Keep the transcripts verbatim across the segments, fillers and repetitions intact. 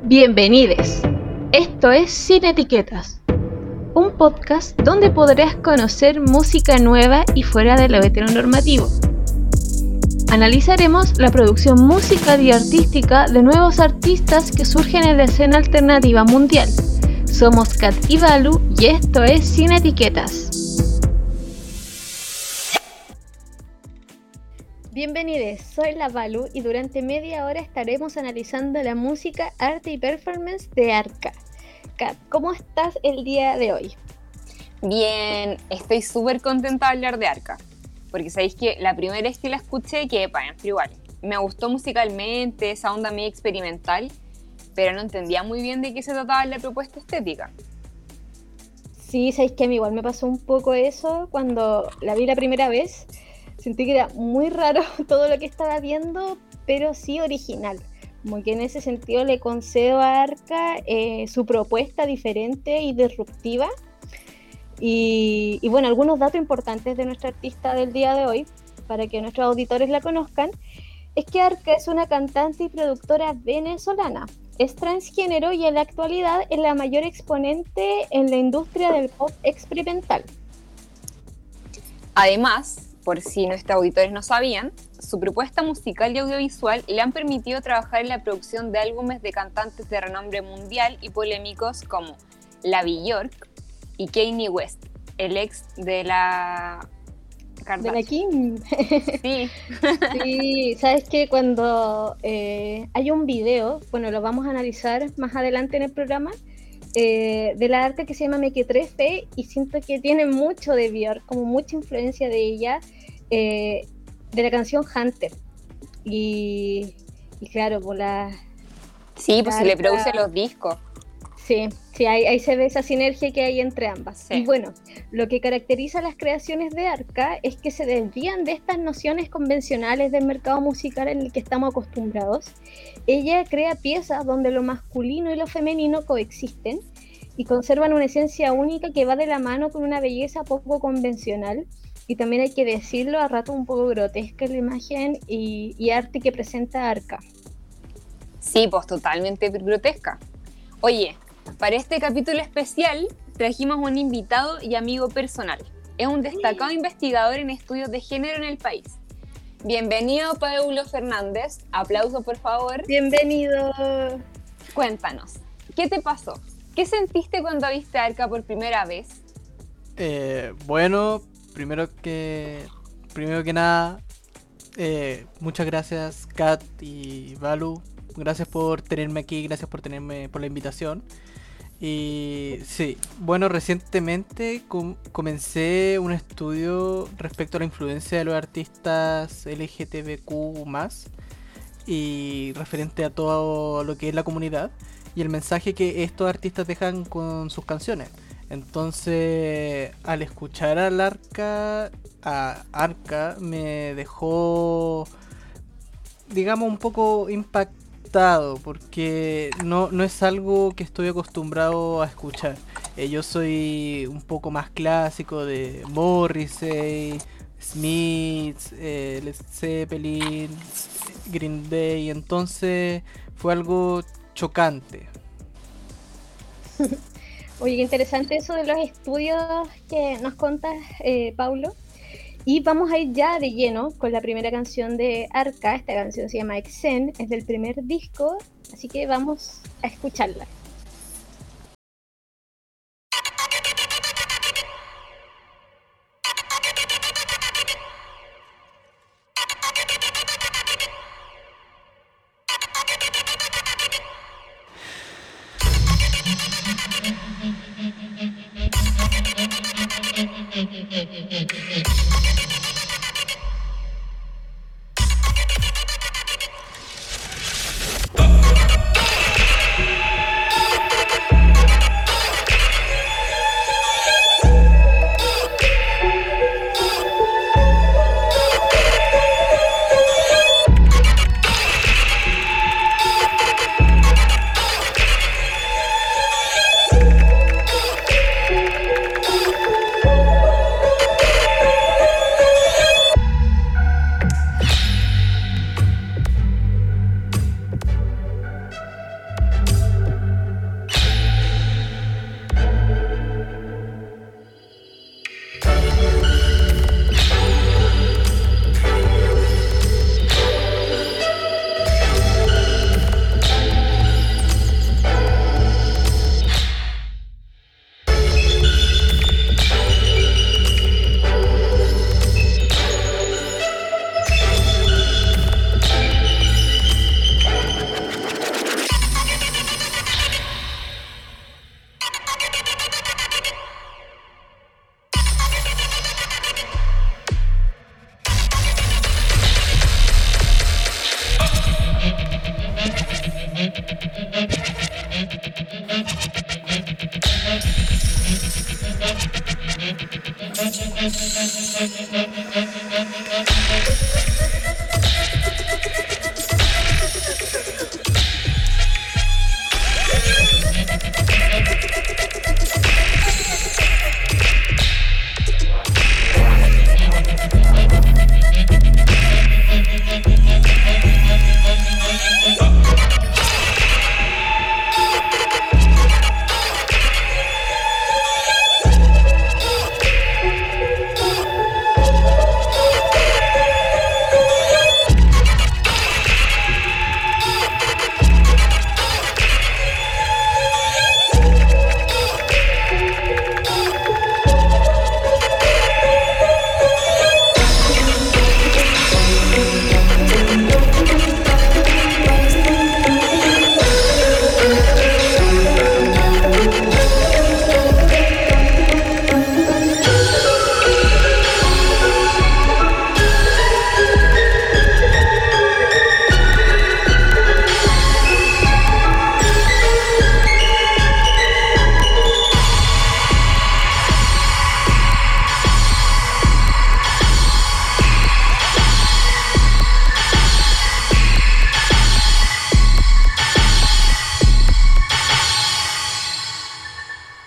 Bienvenides. Esto es Sin Etiquetas, un podcast donde podrás conocer música nueva y fuera de lo heteronormativo. Analizaremos la producción musical y artística de nuevos artistas que surgen en la escena alternativa mundial. Somos Kat y Balu y esto es Sin Etiquetas. Bienvenidos, soy la Balu y durante media hora estaremos analizando la música, arte y performance de Arca. Kat, ¿cómo estás el día de hoy? Bien, estoy súper contenta de hablar de Arca, porque sabéis que la primera vez que la escuché quedé pa' dentro igual. Me gustó musicalmente, esa onda medio experimental, pero no entendía muy bien de qué se trataba la propuesta estética. Sí, sabéis que a mí igual me pasó un poco eso cuando la vi la primera vez. Sentí que era muy raro todo lo que estaba viendo, pero sí original. Como que en ese sentido le concedo a Arca eh, su propuesta diferente y disruptiva. Y, y bueno, algunos datos importantes de nuestra artista del día de hoy, para que nuestros auditores la conozcan, es que Arca es una cantante y productora venezolana. Es transgénero y en la actualidad es la mayor exponente en la industria del pop experimental. Además, por si nuestros auditores no sabían, su propuesta musical y audiovisual le han permitido trabajar en la producción de álbumes de cantantes de renombre mundial y polémicos como Lavi York y Kanye West, el ex de la Kardashian. De la Kim. Sí. Sí, sabes que cuando eh, hay un video, bueno, lo vamos a analizar más adelante en el programa, eh, de la Arca que se llama Mequetrefe, y siento que tiene mucho de Björk, como mucha influencia de ella, eh, de la canción Hunter. Y, y claro, por la... Sí, pues se le Arca... produce los discos. Sí, sí, ahí, ahí se ve esa sinergia que hay entre ambas. Sí. Y bueno, lo que caracteriza las creaciones de Arca es que se desvían de estas nociones convencionales del mercado musical en el que estamos acostumbrados. Ella crea piezas donde lo masculino y lo femenino coexisten y conservan una esencia única que va de la mano con una belleza poco convencional. Y también hay que decirlo, a rato un poco grotesca la imagen y, y arte que presenta Arca. Sí, pues totalmente grotesca. Oye, para este capítulo especial trajimos un invitado y amigo personal. Es un destacado sí. investigador en estudios de género en el país. Bienvenido, Paulo Fernández. Aplauso, por favor. Bienvenido. Cuéntanos, ¿qué te pasó? ¿Qué sentiste cuando viste a Arca por primera vez? Eh, bueno, primero que, primero que nada, eh, muchas gracias, Kat y Balu. Gracias por tenerme aquí, gracias por tenerme por la invitación. Y sí, bueno, recientemente com- comencé un estudio respecto a la influencia de los artistas L G T B Q más, y referente a todo lo que es la comunidad y el mensaje que estos artistas dejan con sus canciones. Entonces, al escuchar al Arca, a Arca me dejó, digamos, un poco impactado, porque no, no es algo que estoy acostumbrado a escuchar. Eh, yo soy un poco más clásico de Morrissey, Smiths, eh, Led Zeppelin, Green Day, entonces fue algo chocante. Oye, qué interesante eso de los estudios que nos contas, eh, Paulo. Y vamos a ir ya de lleno con la primera canción de Arca. Esta canción se llama Exen, es del primer disco, así que vamos a escucharla.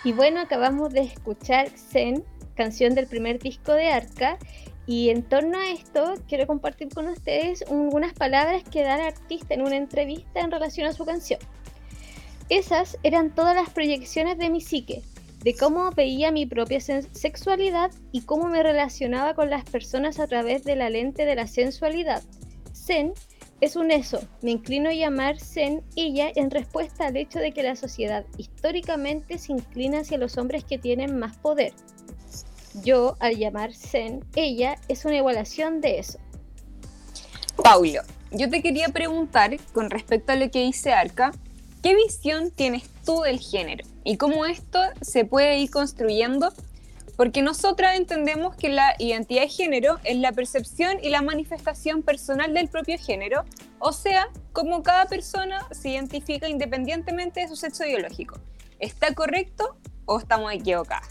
Y bueno, acabamos de escuchar Zen, canción del primer disco de Arca, y en torno a esto quiero compartir con ustedes unas palabras que da el artista en una entrevista en relación a su canción. Esas eran todas las proyecciones de mi psique, de cómo veía mi propia sexualidad y cómo me relacionaba con las personas a través de la lente de la sensualidad. Zen es un eso, me inclino a llamar Zen ella en respuesta al hecho de que la sociedad históricamente se inclina hacia los hombres que tienen más poder. Yo, al llamar Zen ella, es una igualación de eso. Paulo, yo te quería preguntar con respecto a lo que dice Arca, ¿qué visión tienes tú del género? Y cómo esto se puede ir construyendo, porque nosotras entendemos que la identidad de género es la percepción y la manifestación personal del propio género, o sea, cómo cada persona se identifica independientemente de su sexo biológico. ¿Está correcto o estamos equivocadas?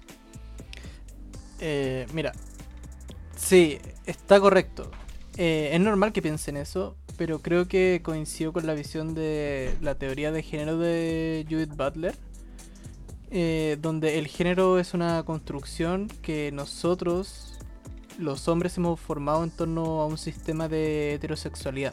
Eh, mira, sí, está correcto. Eh, es normal que piensen eso, pero creo que coincido con la visión de la teoría de género de Judith Butler, eh, donde el género es una construcción que nosotros, los hombres, hemos formado en torno a un sistema de heterosexualidad,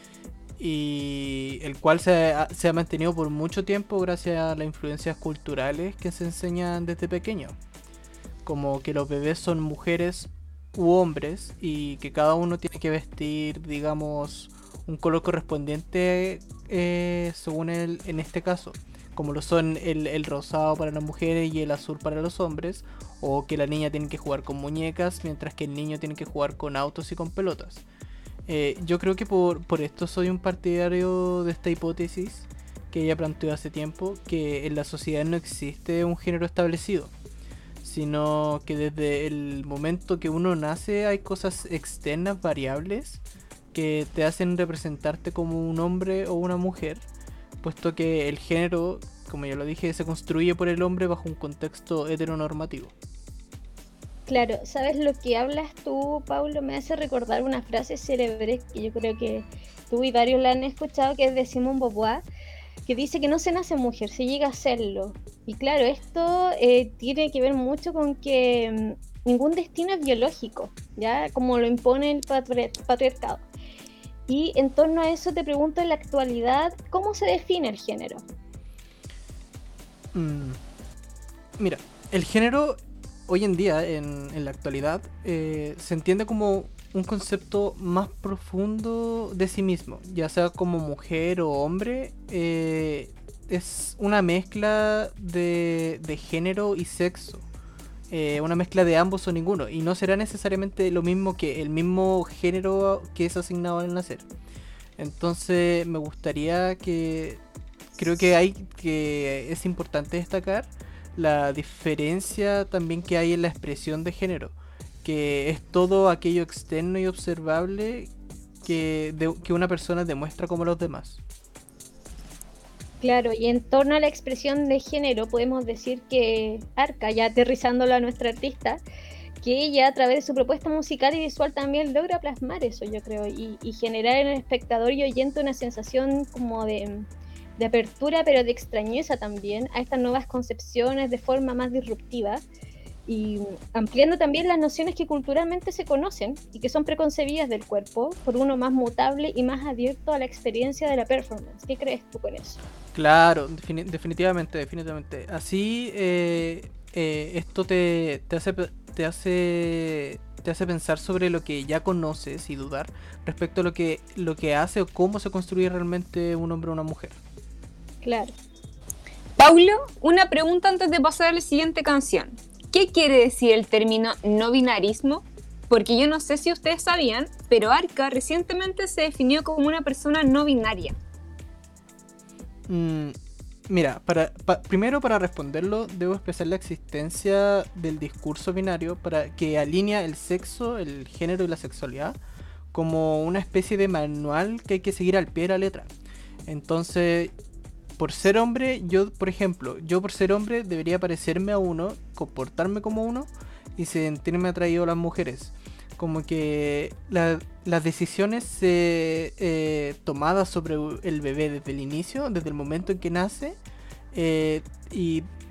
y el cual se ha, se ha mantenido por mucho tiempo gracias a las influencias culturales que se enseñan desde pequeño, como que los bebés son mujeres u hombres y que cada uno tiene que vestir, digamos, un color correspondiente eh, según el, en este caso, como lo son el, el rosado para las mujeres y el azul para los hombres, o que la niña tiene que jugar con muñecas mientras que el niño tiene que jugar con autos y con pelotas. Eh, yo creo que por, por esto soy un partidario de esta hipótesis que ella planteó hace tiempo, que en la sociedad no existe un género establecido, sino que desde el momento que uno nace hay cosas externas, variables, que te hacen representarte como un hombre o una mujer, puesto que el género, como ya lo dije, se construye por el hombre bajo un contexto heteronormativo. Claro, ¿sabes lo que hablas tú, Paulo? Me hace recordar una frase célebre que yo creo que tú y varios la han escuchado, que es de Simone de Beauvoir, que dice que no se nace mujer, se llega a serlo. Y claro, esto eh, tiene que ver mucho con que mmm, ningún destino es biológico, ¿ya? Como lo impone el patriar- patriarcado. Y en torno a eso te pregunto, en la actualidad, ¿cómo se define el género? Mm, mira, el género hoy en día, en, en la actualidad, eh, se entiende como un concepto más profundo de sí mismo, ya sea como mujer o hombre. Eh, es una mezcla de, de género y sexo, eh, una mezcla de ambos o ninguno, y no será necesariamente lo mismo que el mismo género que es asignado al nacer. Entonces me gustaría que, creo que hay que es importante destacar la diferencia también que hay en la expresión de género, que es todo aquello externo y observable que, de, que una persona demuestra como los demás. Claro, y en torno a la expresión de género podemos decir que Arca, ya aterrizándolo a nuestra artista, que ella a través de su propuesta musical y visual también logra plasmar eso, yo creo, y, y generar en el espectador y oyente una sensación como de, de apertura, pero de extrañeza también a estas nuevas concepciones de forma más disruptiva, y ampliando también las nociones que culturalmente se conocen y que son preconcebidas del cuerpo por uno más mutable y más abierto a la experiencia de la performance. ¿Qué crees tú con eso? Claro, defini- definitivamente, definitivamente. Así eh, eh, esto te, te hace te hace te hace pensar sobre lo que ya conoces y dudar respecto a lo que lo que hace o cómo se construye realmente un hombre o una mujer. Claro. Paulo, una pregunta antes de pasar a la siguiente canción. ¿Qué quiere decir el término no binarismo? Porque yo no sé si ustedes sabían, pero Arca recientemente se definió como una persona no binaria. Mm, mira, para, pa, primero para responderlo debo expresar la existencia del discurso binario para que alinea el sexo, el género y la sexualidad como una especie de manual que hay que seguir al pie de la letra. Entonces, por ser hombre, yo, por ejemplo, yo por ser hombre debería parecerme a uno, comportarme como uno y sentirme atraído a las mujeres. Como que la, las decisiones eh, eh, tomadas sobre el bebé desde el inicio, desde el momento en que nace, eh, y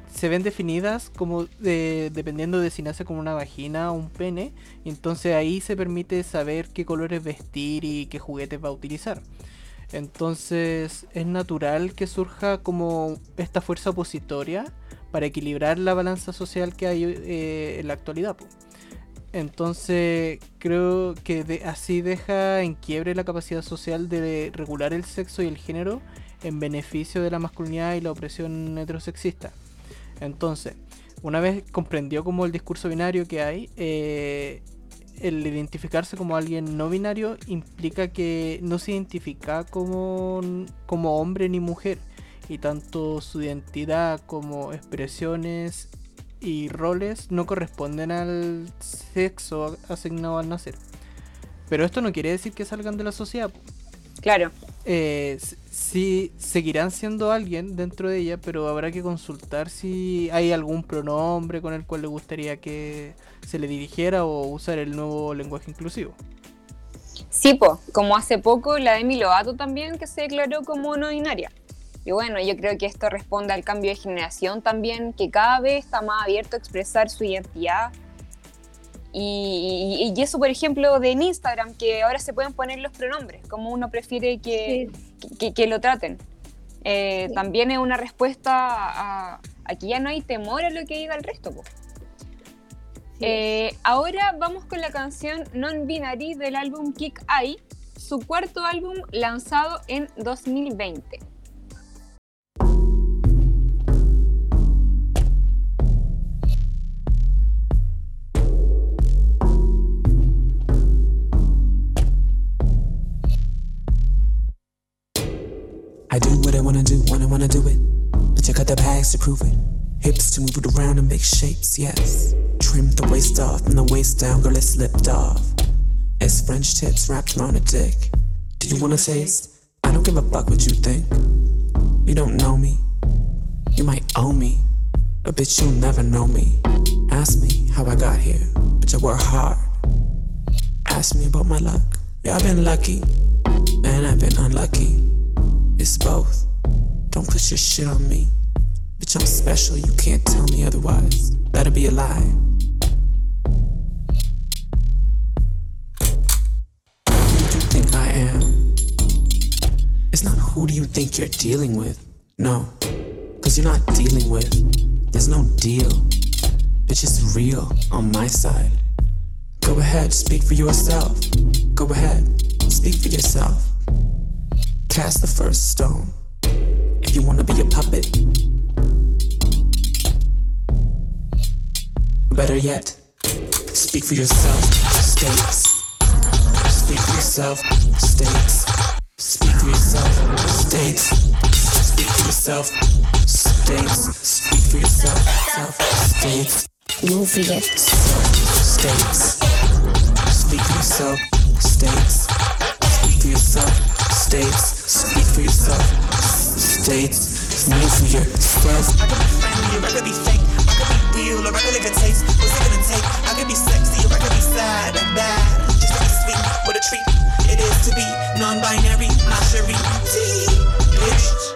se ven definidas como de, dependiendo de si nace como una vagina o un pene. Entonces ahí se permite saber qué colores vestir y qué juguetes va a utilizar. Entonces es natural que surja como esta fuerza opositoria para equilibrar la balanza social que hay eh, en la actualidad, po. Entonces creo que de, así deja en quiebre la capacidad social de regular el sexo y el género en beneficio de la masculinidad y la opresión heterosexista. Entonces, una vez comprendió como el discurso binario que hay, eh, el identificarse como alguien no binario implica que no se identifica como, como hombre ni mujer, y tanto su identidad como expresiones y roles no corresponden al sexo asignado al nacer. Pero esto no quiere decir que salgan de la sociedad. Claro. Eh, sí, seguirán siendo alguien dentro de ella, pero habrá que consultar si hay algún pronombre con el cual le gustaría que se le dirigiera o usar el nuevo lenguaje inclusivo. Sí, po, como hace poco la Demi Lovato también, que se declaró como no binaria. Y bueno, yo creo que esto responde al cambio de generación también, que cada vez está más abierto a expresar su identidad. Y, y, y eso, por ejemplo, de en Instagram, que ahora se pueden poner los pronombres, como uno prefiere que, sí. que, que, que lo traten. Eh, sí. También es una respuesta a, a que ya no hay temor a lo que diga el resto, po. Sí. Eh, ahora vamos con la canción Non-Binary del álbum Kick Eye, su cuarto álbum lanzado en dos mil veinte. I do what I wanna do when I wanna do it. I check out the bags to prove it. Hips to move it around and make shapes, yes. Trim the waist off and the waist down, girl, it slipped off. It's French tips wrapped around a dick. Do you wanna taste? I don't give a fuck what you think. You don't know me. You might owe me. But bitch, you'll never know me. Ask me how I got here. Bitch, I work hard. Ask me about my luck. Yeah, I've been lucky. And I've been unlucky. It's both. Don't push your shit on me. Bitch, I'm special, you can't tell me otherwise. That'd be a lie. Who do you think I am? It's not who do you think you're dealing with. No, cause you're not dealing with. There's no deal. Bitch, it's real on my side. Go ahead, speak for yourself. Go ahead, speak for yourself. Cast the first stone. If you wanna be a puppet. Better yet, speak for yourself, states. Speak for yourself, states. Speak for yourself, states. Speak for yourself, states. Speak for yourself, states. Move for yourself, states. Speak for yourself, states. Speak for yourself, states. Speak for yourself, states. Move for yourself. I could be friendly or I could be fake. I could be real or I could live a taste. What's it gonna take? I could be sexy or I could be sad and bad. Just let me speak. What a treat it is to be non-binary. My Cherie T, bitch.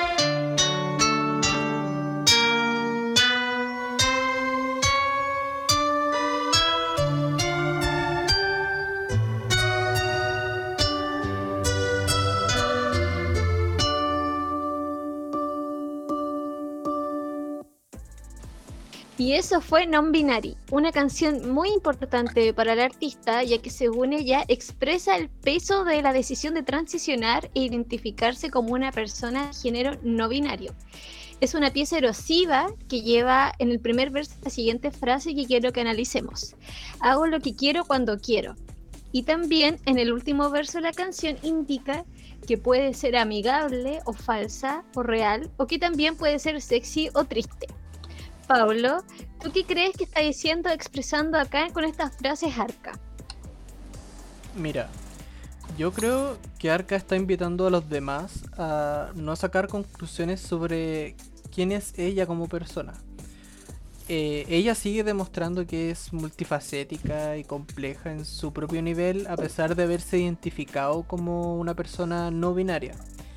Y eso fue Non-Binary, una canción muy importante para el artista, ya que según ella expresa el peso de la decisión de transicionar e identificarse como una persona de género no binario. Es una pieza erosiva que lleva en el primer verso la siguiente frase que quiero que analicemos: hago lo que quiero cuando quiero. Y también en el último verso de la canción indica que puede ser amigable o falsa o real, o que también puede ser sexy o triste. Pablo, ¿tú qué crees que está diciendo, expresando acá con estas frases Arca? Mira, yo creo que Arca está invitando a los demás a no sacar conclusiones sobre quién es ella como persona. Eh, ella sigue demostrando que es multifacética y compleja en su propio nivel, a pesar de haberse identificado como una persona no binaria.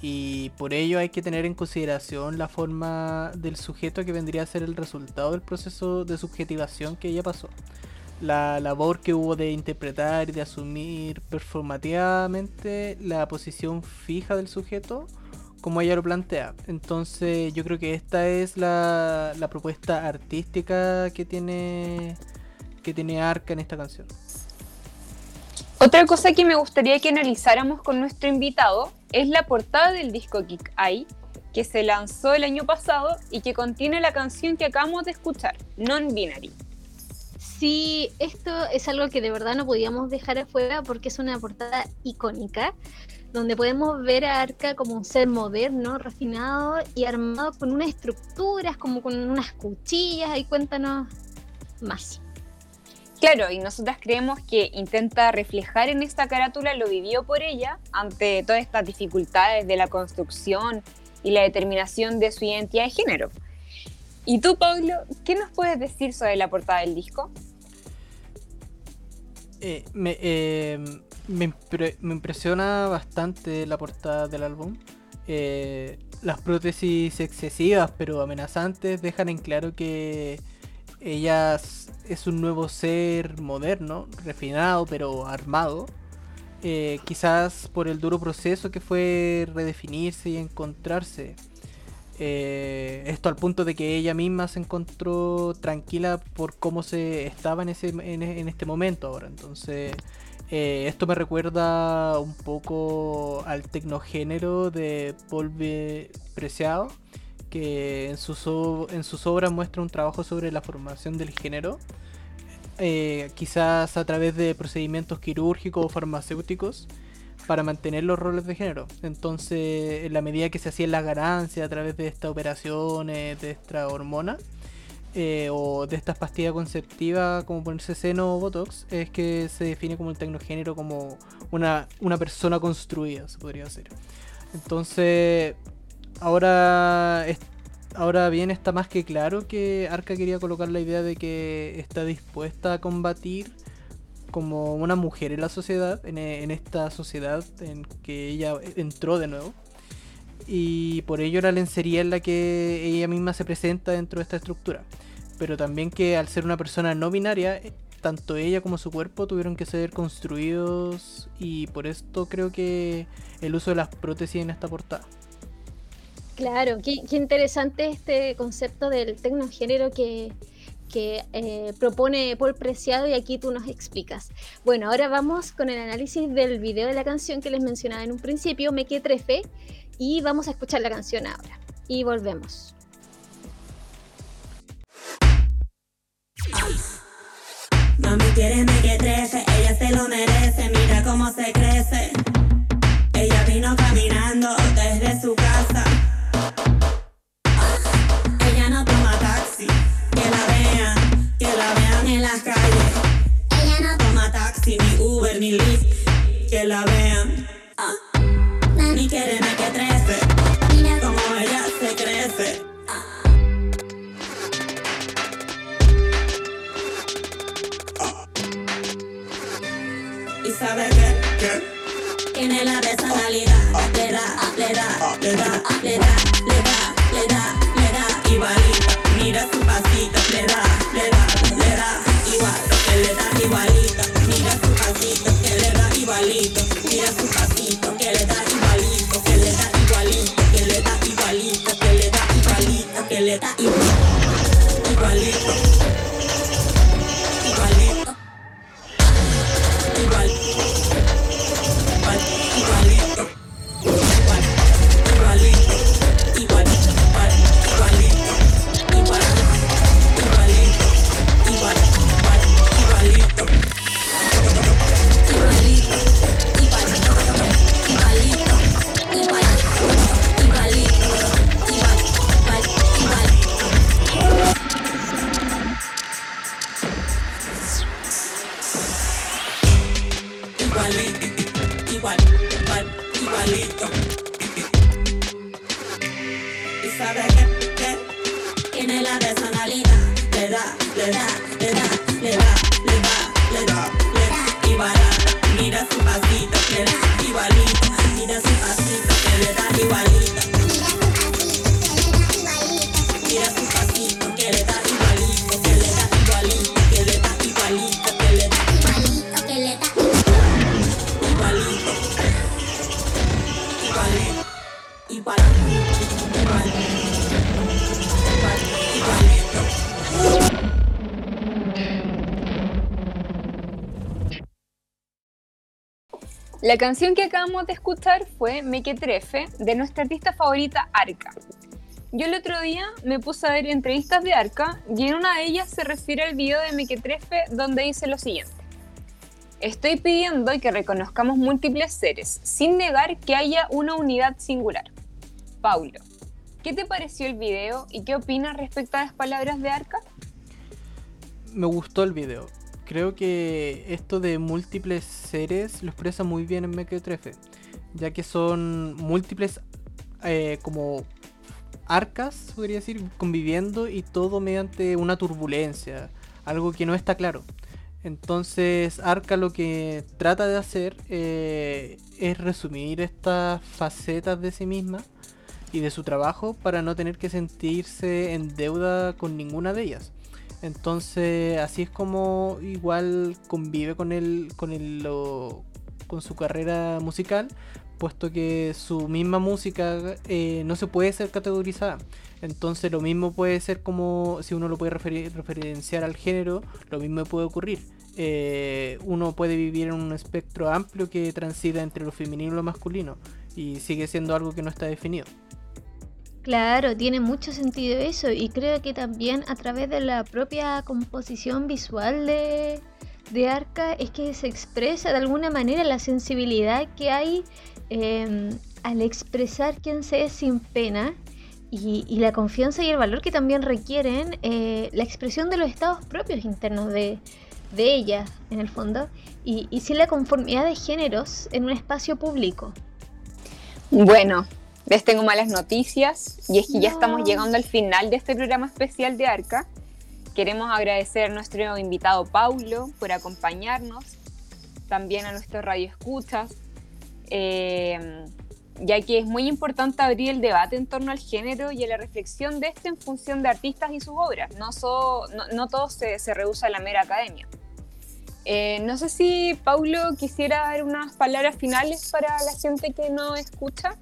y por ello hay que tener en consideración la forma del sujeto que vendría a ser el resultado del proceso de subjetivación que ella pasó. La labor que hubo de interpretar y de asumir performativamente la posición fija del sujeto como ella lo plantea. Entonces yo creo que esta es la, la propuesta artística que tiene, que tiene Arca en esta canción. Otra cosa que me gustaría que analizáramos con nuestro invitado es la portada del disco Kick Eye, que se lanzó el año pasado y que contiene la canción que acabamos de escuchar, Non-Binary. Sí, esto es algo que de verdad no podíamos dejar afuera porque es una portada icónica, donde podemos ver a Arca como un ser moderno, refinado y armado con unas estructuras, como con unas cuchillas, y cuéntanos más. Claro, y nosotras creemos que intenta reflejar en esta carátula lo vivido por ella ante todas estas dificultades de la construcción y la determinación de su identidad de género. ¿Y tú, Pablo, qué nos puedes decir sobre la portada del disco? Eh, me, eh, me, impre- me impresiona bastante la portada del álbum. Eh, las prótesis excesivas pero amenazantes dejan en claro que ella es un nuevo ser moderno, refinado pero armado, eh, quizás por el duro proceso que fue redefinirse y encontrarse. Eh, esto al punto de que ella misma se encontró tranquila por cómo se estaba en, ese, en, en este momento ahora. Entonces eh, esto me recuerda un poco al tecnogénero de Paul Preciado, que en sus, en sus obras muestra un trabajo sobre la formación del género, eh, quizás a través de procedimientos quirúrgicos o farmacéuticos para mantener los roles de género. Entonces, en la medida que se hacían las ganancias a través de estas operaciones, de esta hormona, eh, o de estas pastillas conceptivas como ponerse seno o botox, es que se define como el tecnogénero, como una, una persona construida, se podría decir. Entonces, ahora, es, ahora bien está más que claro que Arca quería colocar la idea de que está dispuesta a combatir como una mujer en la sociedad, en, en esta sociedad en que ella entró de nuevo, y por ello la lencería en la que ella misma se presenta dentro de esta estructura, pero también que al ser una persona no binaria, tanto ella como su cuerpo tuvieron que ser construidos, y por esto creo que el uso de las prótesis en esta portada. Claro, qué, qué interesante este concepto del tecnogénero que que eh, propone Paul Preciado, y aquí tú nos explicas. Bueno, ahora vamos con el análisis del video de la canción que les mencionaba en un principio, Me Quedé Trefe, y vamos a escuchar la canción ahora. Y volvemos. Mami quiere me que trefe, ella se lo merece, mira cómo se crece. Ella vino caminando desde su casa. Ella no toma taxi, que la vean, que la vean en las calles. Ella no toma taxi, ni Uber, ni Lyft, que la vean. Ah. Ni quiere me que trefe, mira cómo ella se crece. ¿Y sabe qué? ¿Qué? Tiene la personalidad, le da, le da, le da, le da, le da, le da, le da, igualita. Mira su pasito, le da, le da, le da, igual, que le da igualita. Mira su pasito, que le da igualito. Mira su pasito, que le da igualito, que le da igualito, que le da igualito, que le da igualito, que le da igualito, igualito. Mira su pasito, que le da igualito. Mira su pasito, que le da igualito. La canción que acabamos de escuchar fue Mequetrefe, de nuestra artista favorita, Arca. Yo el otro día me puse a ver entrevistas de Arca y en una de ellas se refiere al video de Mequetrefe donde dice lo siguiente: estoy pidiendo que reconozcamos múltiples seres, sin negar que haya una unidad singular. Paulo, ¿qué te pareció el video y qué opinas respecto a las palabras de Arca? Me gustó el video. Creo que esto de múltiples seres lo expresa muy bien en Mequetrefe, ya que son múltiples eh, como arcas, podría decir, conviviendo y todo mediante una turbulencia, algo que no está claro. Entonces Arca lo que trata de hacer eh, es resumir estas facetas de sí misma y de su trabajo para no tener que sentirse en deuda con ninguna de ellas. Entonces así es como igual convive con el, con el, lo, con su carrera musical, puesto que su misma música eh, no se puede ser categorizada. Entonces lo mismo puede ser como, si uno lo puede referir, referenciar al género, lo mismo puede ocurrir. Eh, uno puede vivir en un espectro amplio que transita entre lo femenino y lo masculino, y sigue siendo algo que no está definido. Claro, tiene mucho sentido eso, y creo que también a través de la propia composición visual de, de Arca es que se expresa de alguna manera la sensibilidad que hay eh, al expresar quién se es sin pena, y, y la confianza y el valor que también requieren eh, la expresión de los estados propios internos de, de ella, en el fondo, y, y sin la conformidad de géneros en un espacio público. Bueno, les tengo malas noticias, y es que no. ya estamos llegando al final de este programa especial de Arca. Queremos agradecer a nuestro invitado Paulo por acompañarnos, también a nuestros radioescuchas, eh, ya que es muy importante abrir el debate en torno al género y a la reflexión de este en función de artistas y sus obras. No, so, no, no todo se, se reduce a la mera academia. Eh, no sé si Paulo quisiera dar unas palabras finales para la gente que no escucha.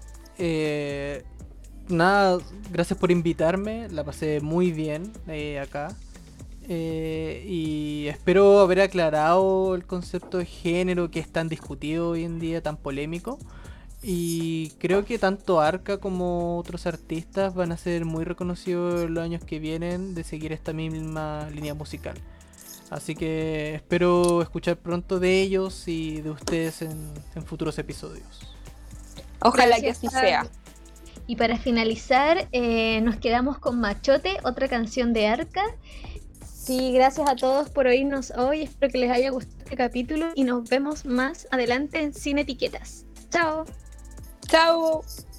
Eh, nada, gracias por invitarme, la pasé muy bien eh, acá. Eh, y espero haber aclarado el concepto de género que es tan discutido hoy en día, tan polémico. Y creo que tanto Arca como otros artistas van a ser muy reconocidos en los años que vienen de seguir esta misma línea musical. Así que espero escuchar pronto de ellos y de ustedes en, en futuros episodios. Ojalá Gracias, que así sea. Y para finalizar, eh, nos quedamos con Machote, otra canción de Arca. Sí, gracias a todos por oírnos hoy. Espero que les haya gustado este capítulo y nos vemos más adelante en Sin Etiquetas. Chao. Chao.